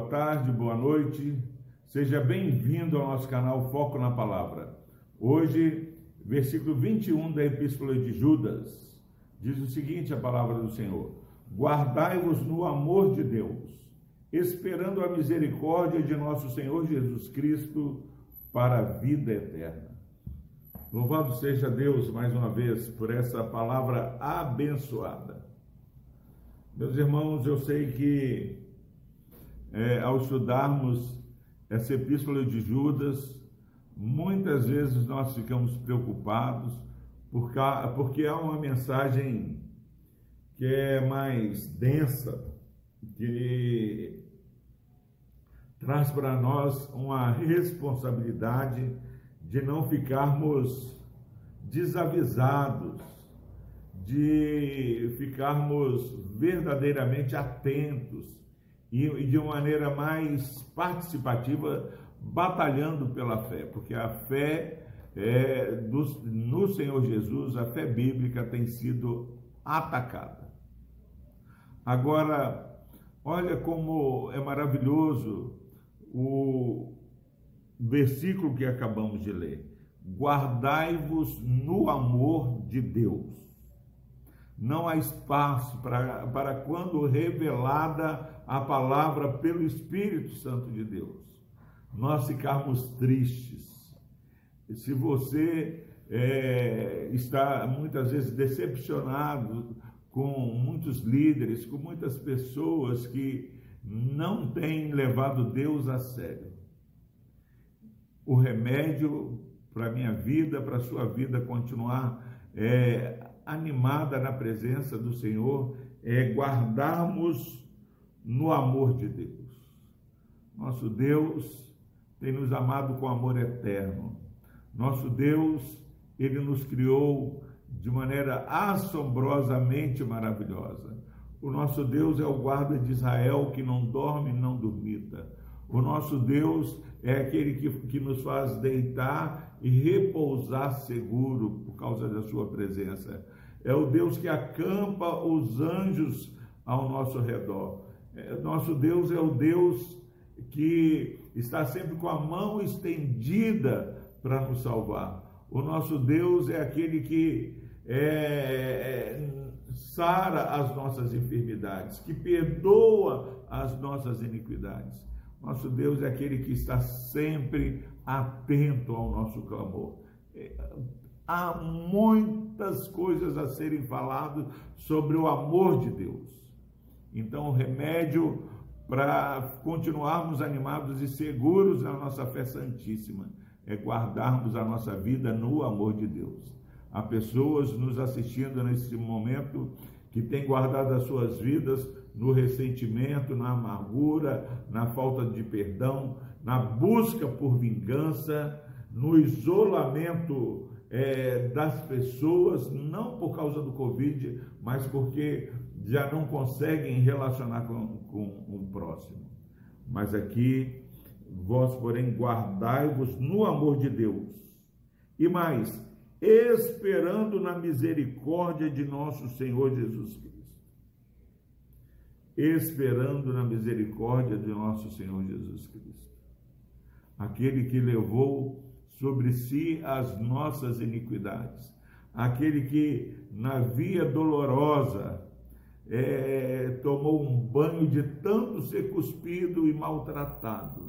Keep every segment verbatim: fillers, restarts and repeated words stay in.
boa tarde, boa noite. Seja bem-vindo ao nosso canal Foco na Palavra. Hoje, versículo vinte e um da Epístola de Judas, diz o seguinte, a palavra do Senhor: guardai-vos no amor de Deus, esperando a misericórdia de nosso Senhor Jesus Cristo para a vida eterna. Louvado seja Deus, mais uma vez, por essa palavra abençoada. Meus irmãos, eu sei que é, ao estudarmos essa Epístola de Judas, muitas vezes nós ficamos preocupados porque há uma mensagem que é mais densa, que traz para nós uma responsabilidade de não ficarmos desavisados, de ficarmos verdadeiramente atentos e de uma maneira mais participativa, batalhando pela fé, porque a fé é, do, no Senhor Jesus, a fé bíblica tem sido atacada. Agora, olha como é maravilhoso o versículo que acabamos de ler: guardai-vos no amor de Deus. Não há espaço para, para quando revelada a palavra pelo Espírito Santo de Deus, nós ficarmos tristes. Se você é, está muitas vezes decepcionado com muitos líderes, com muitas pessoas que não têm levado Deus a sério, o remédio para a minha vida, para a sua vida continuar é, animada na presença do Senhor, é guardarmos no amor de Deus. Nosso Deus tem nos amado com amor eterno. Nosso Deus, Ele nos criou de maneira assombrosamente maravilhosa. O nosso Deus é o guarda de Israel, que não dorme e não dormita. O nosso Deus é aquele que, que nos faz deitar e repousar seguro por causa da sua presença. É o Deus que acampa os anjos ao nosso redor. É, nosso Deus é o Deus que está sempre com a mão estendida para nos salvar. O nosso Deus é aquele que é, é, sara as nossas enfermidades, que perdoa as nossas iniquidades. Nosso Deus é aquele que está sempre atento ao nosso clamor. Há muitas coisas a serem faladas sobre o amor de Deus. Então, o remédio para continuarmos animados e seguros na nossa fé santíssima é guardarmos a nossa vida no amor de Deus. Há pessoas nos assistindo nesse momento que têm guardado as suas vidas no ressentimento, na amargura, na falta de perdão, na busca por vingança, no isolamento é, das pessoas, não por causa do Covid, mas porque já não conseguem relacionar com, com o próximo. Mas aqui, vós, porém, guardai-vos no amor de Deus. E mais, esperando na misericórdia de nosso Senhor Jesus Cristo. Esperando na misericórdia de nosso Senhor Jesus Cristo. Aquele que levou sobre si as nossas iniquidades. Aquele que, na via dolorosa, é, tomou um banho de tanto ser cuspido e maltratado,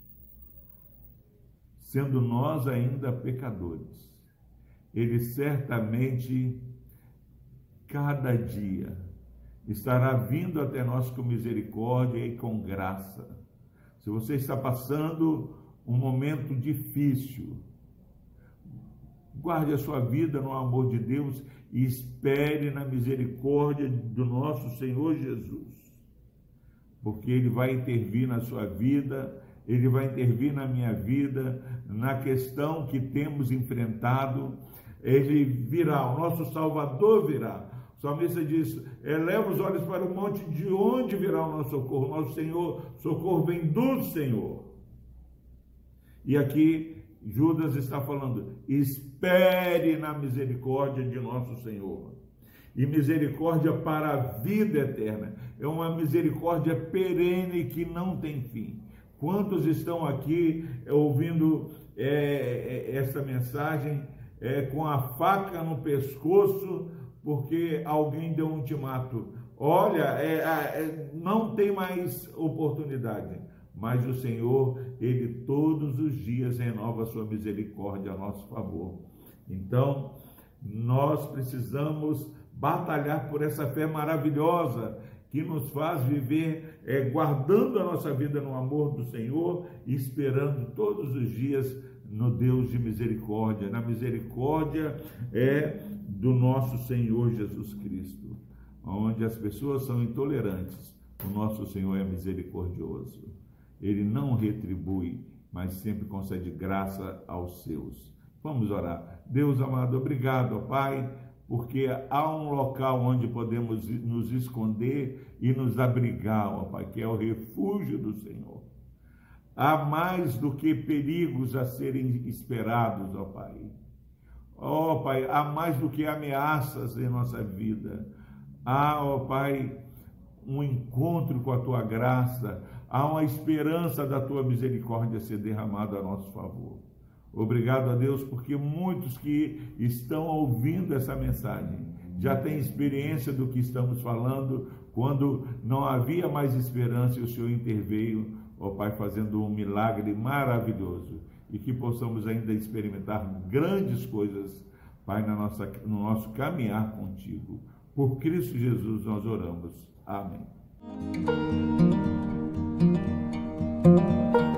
sendo nós ainda pecadores. Ele certamente, cada dia, estará vindo até nós com misericórdia e com graça. Se você está passando um momento difícil, guarde a sua vida no amor de Deus e espere na misericórdia do nosso Senhor Jesus, porque Ele vai intervir na sua vida, Ele vai intervir na minha vida, na questão que temos enfrentado. Ele virá, o nosso Salvador virá. O salmista diz: eleva os olhos para o monte, de onde virá o nosso socorro? Nosso Senhor, socorro vem do Senhor. E aqui Judas está falando: espere na misericórdia de nosso Senhor. e misericórdia para a vida eterna. É uma misericórdia perene que não tem fim. Quantos estão aqui ouvindo é, essa mensagem é, com a faca no pescoço porque alguém deu um ultimato? Olha, é, é, não tem mais oportunidade, mas o Senhor, Ele todos os dias renova a sua misericórdia a nosso favor. Então, nós precisamos batalhar por essa fé maravilhosa que nos faz viver é, guardando a nossa vida no amor do Senhor e esperando todos os dias no Deus de misericórdia, na misericórdia é do nosso Senhor Jesus Cristo. Onde as pessoas são intolerantes, o nosso Senhor é misericordioso. Ele não retribui, mas sempre concede graça aos seus. Vamos orar. Deus amado, obrigado, ó Pai, porque há um local onde podemos nos esconder e nos abrigar, ó Pai, que é o refúgio do Senhor. Há mais do que perigos a serem esperados, ó Pai. Ó Pai, há mais do que ameaças em nossa vida. Há, ó Pai, um encontro com a Tua graça, há uma esperança da Tua misericórdia ser derramada a nosso favor. Obrigado a Deus, porque muitos que estão ouvindo essa mensagem já têm experiência do que estamos falando, quando não havia mais esperança e o Senhor interveio, ó Pai, fazendo um milagre maravilhoso, e que possamos ainda experimentar grandes coisas, Pai, na nossa, no nosso caminhar contigo. Por Cristo Jesus nós oramos. Amém.